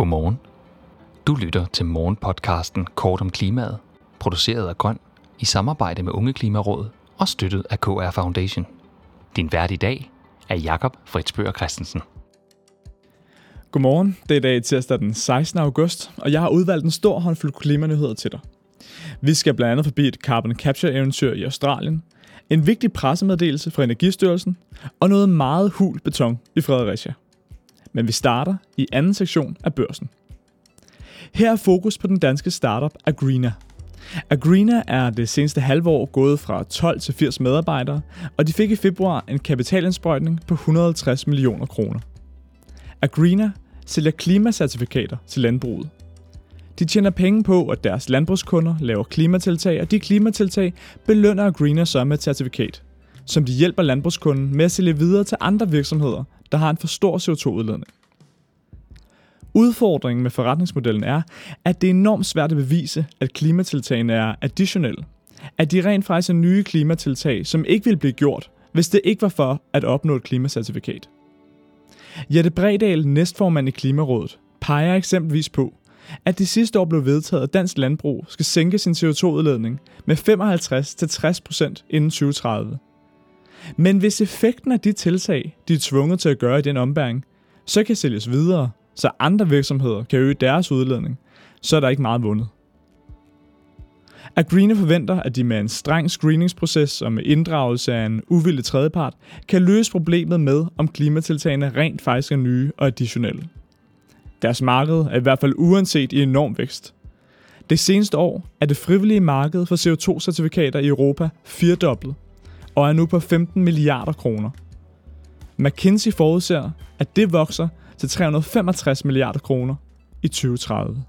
Godmorgen. Du lytter til morgenpodcasten Kort om klimaet, produceret af Grøn i samarbejde med Unge Klimaråd og støttet af KR Foundation. Din vært i dag er Jakob Fritsbøger Christensen. Godmorgen, det er i dag tirsdag den 16. august, og jeg har udvalgt en stor håndfuld klimanyheder til dig. Vi skal blandt andet forbi et carbon capture-eventyr i Australien, en vigtig pressemeddelelse fra Energistyrelsen og noget meget hul beton i Fredericia. Men vi starter i anden sektion af børsen. Her er fokus på den danske startup Agreena. Agreena er det seneste halve år gået fra 12 til 80 medarbejdere, og de fik i februar en kapitalindsprøjtning på 150 millioner kroner. Agreena sælger klimacertifikater til landbruget. De tjener penge på, at deres landbrugskunder laver klimatiltag, og de klimatiltag belønner Agreena så med et certifikat, som de hjælper landbrugskunden med at sælge videre til andre virksomheder, der har en for stor CO2-udledning. Udfordringen med forretningsmodellen er, at det er enormt svært at bevise, at klimatiltagene er additionelle. At de rent faktisk er nye klimatiltag, som ikke ville blive gjort, hvis det ikke var for at opnå et klimacertifikat. Jette Bredal, næstformand i Klimarådet, peger eksempelvis på, at det sidste år blev vedtaget, at dansk landbrug skal sænke sin CO2-udledning med 55-60% inden 2030. Men hvis effekten af de tiltag, de er tvunget til at gøre i den ombæring, så kan sælges videre, så andre virksomheder kan øge deres udledning, så er der ikke meget vundet. Agreena forventer, at de med en streng screeningsproces og med inddragelse af en uvildig tredjepart kan løse problemet med, om klimatiltagene rent faktisk er nye og additionelle. Deres marked er i hvert fald uanset i enorm vækst. Det seneste år er det frivillige marked for CO2-certifikater i Europa firdoblet og er nu på 15 milliarder kroner. McKinsey forudser, at det vokser til 365 milliarder kroner i 2030.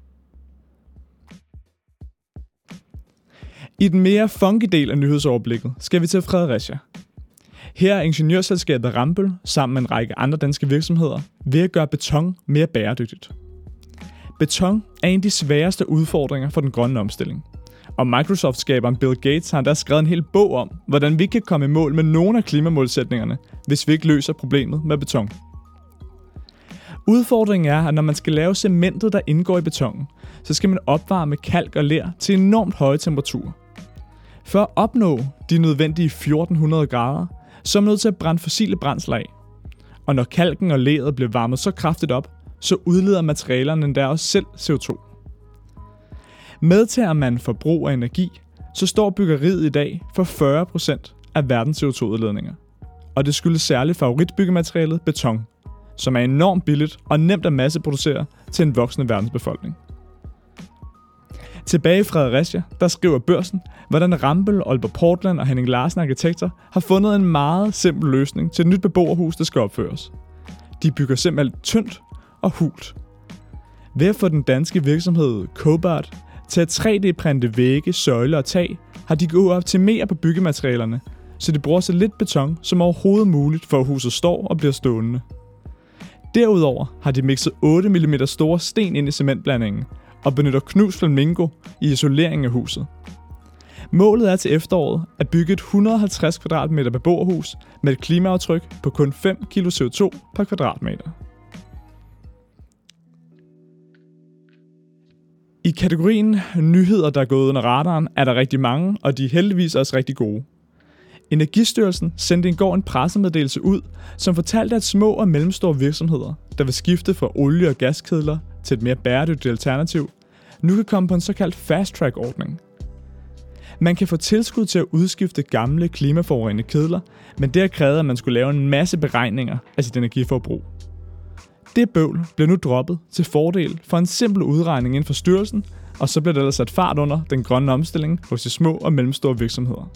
I den mere funky del af nyhedsoverblikket skal vi til Fredericia. Her er ingeniørselskabet Rambøll sammen med en række andre danske virksomheder ved at gøre beton mere bæredygtigt. Beton er en af de sværeste udfordringer for den grønne omstilling. Og Microsoft-skaberen Bill Gates har endda skrevet en hel bog om, hvordan vi kan komme i mål med nogle af klimamålsætningerne, hvis vi ikke løser problemet med beton. Udfordringen er, at når man skal lave cementet, der indgår i betonen, så skal man opvarme kalk og ler til enormt høje temperaturer. For at opnå de nødvendige 1400 grader, så er man nødt til at brænde fossile brændsler af. Og når kalken og leret bliver varmet så kraftigt op, så udleder materialerne endda også selv CO2. Medtager man forbrug af energi, så står byggeriet i dag for 40% af verdens CO2-udledninger. Og det skyldes særligt favoritbyggematerialet beton, som er enormt billigt og nemt at masseproducere til en voksende verdensbefolkning. Tilbage i Fredericia, der skriver Børsen, hvordan Rambøll, Aalborg Portland og Henning Larsen Arkitekter har fundet en meget simpel løsning til et nyt beboerhus, der skal opføres. De bygger simpelthen tyndt og hult. Ved at få den danske virksomhed Cobart til at 3D-printe vægge, søjler og tag, har de gået optimere på byggematerialerne, så de bruger så lidt beton som overhovedet muligt, for at huset står og bliver stående. Derudover har de mixet 8 mm store sten ind i cementblandingen og benytter knust flamingo i isoleringen af huset. Målet er til efteråret at bygge et 150 kvadratmeter beboerhus med et klimaaftryk på kun 5 kg CO2 per kvadratmeter. I kategorien nyheder, der er gået under radaren, er der rigtig mange, og de er heldigvis også rigtig gode. Energistyrelsen sendte i går en pressemeddelelse ud, som fortalte, at små og mellemstore virksomheder, der vil skifte fra olie- og gaskedler til et mere bæredygtigt alternativ, nu kan komme på en såkaldt fast-track-ordning. Man kan få tilskud til at udskifte gamle klimaforurenende kedler, men det har krævet, at man skulle lave en masse beregninger af sit energiforbrug. Det bøvl bliver nu droppet til fordel for en simpel udregning inden for styrelsen, og så bliver der sat fart under den grønne omstilling hos de små og mellemstore virksomheder.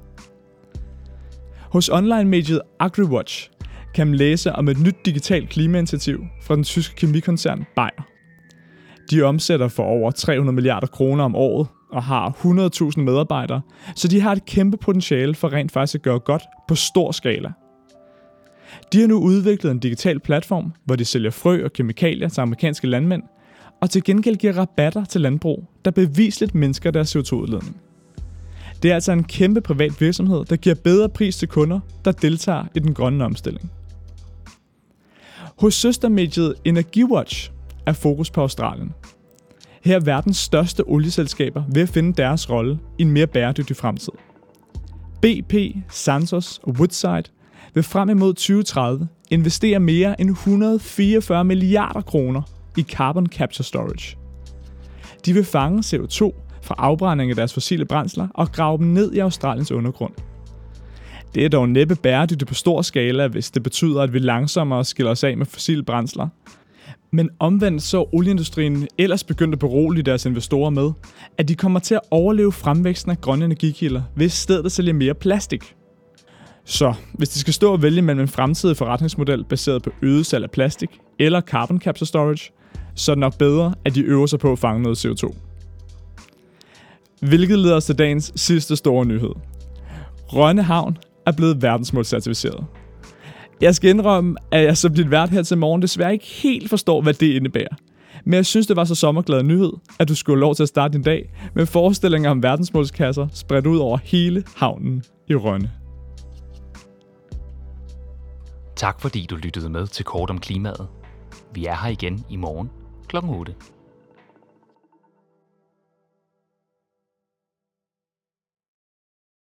Hos online-mediet AgriWatch kan man læse om et nyt digitalt klimainitiativ fra den tyske kemikoncern Bayer. De omsætter for over 300 milliarder kroner om året og har 100.000 medarbejdere, så de har et kæmpe potentiale for rent faktisk at gøre godt på stor skala. De har nu udviklet en digital platform, hvor de sælger frø og kemikalier til amerikanske landmænd, og til gengæld giver rabatter til landbrug, der bevisligt mindsker deres CO2-udledning. Det er altså en kæmpe privat virksomhed, der giver bedre pris til kunder, der deltager i den grønne omstilling. Hos søstermediet EnergiWatch er fokus på Australien. Her er verdens største olieselskaber ved at finde deres rolle i en mere bæredygtig fremtid. BP, Santos og Woodside vil frem imod 2030 investere mere end 144 milliarder kroner i carbon capture storage. De vil fange CO2 fra afbrænding af deres fossile brændsler og grave dem ned i Australiens undergrund. Det er dog næppe bæredygtigt på stor skala, hvis det betyder, at vi langsommere skiller os af med fossile brændsler. Men omvendt så olieindustrien ellers begyndt at berolige deres investorer med, at de kommer til at overleve fremvæksten af grønne energikilder, hvis stedet sælger mere plastik. Så hvis de skal stå og vælge mellem en fremtidig forretningsmodel baseret på øget salg af plastik eller carbon capture storage, så er det nok bedre, at de øver sig på at fange noget CO2. Hvilket leder os til dagens sidste store nyhed. Rønne Havn er blevet verdensmålscertificeret. Jeg skal indrømme, at jeg som dit vært her til morgen desværre ikke helt forstår, hvad det indebærer. Men jeg synes, det var så sommerglad nyhed, at du skulle have lov til at starte din dag med forestillinger om verdensmålskasser spredt ud over hele havnen i Rønne. Tak fordi du lyttede med til Kort om Klimaet. Vi er her igen i morgen kl. 8.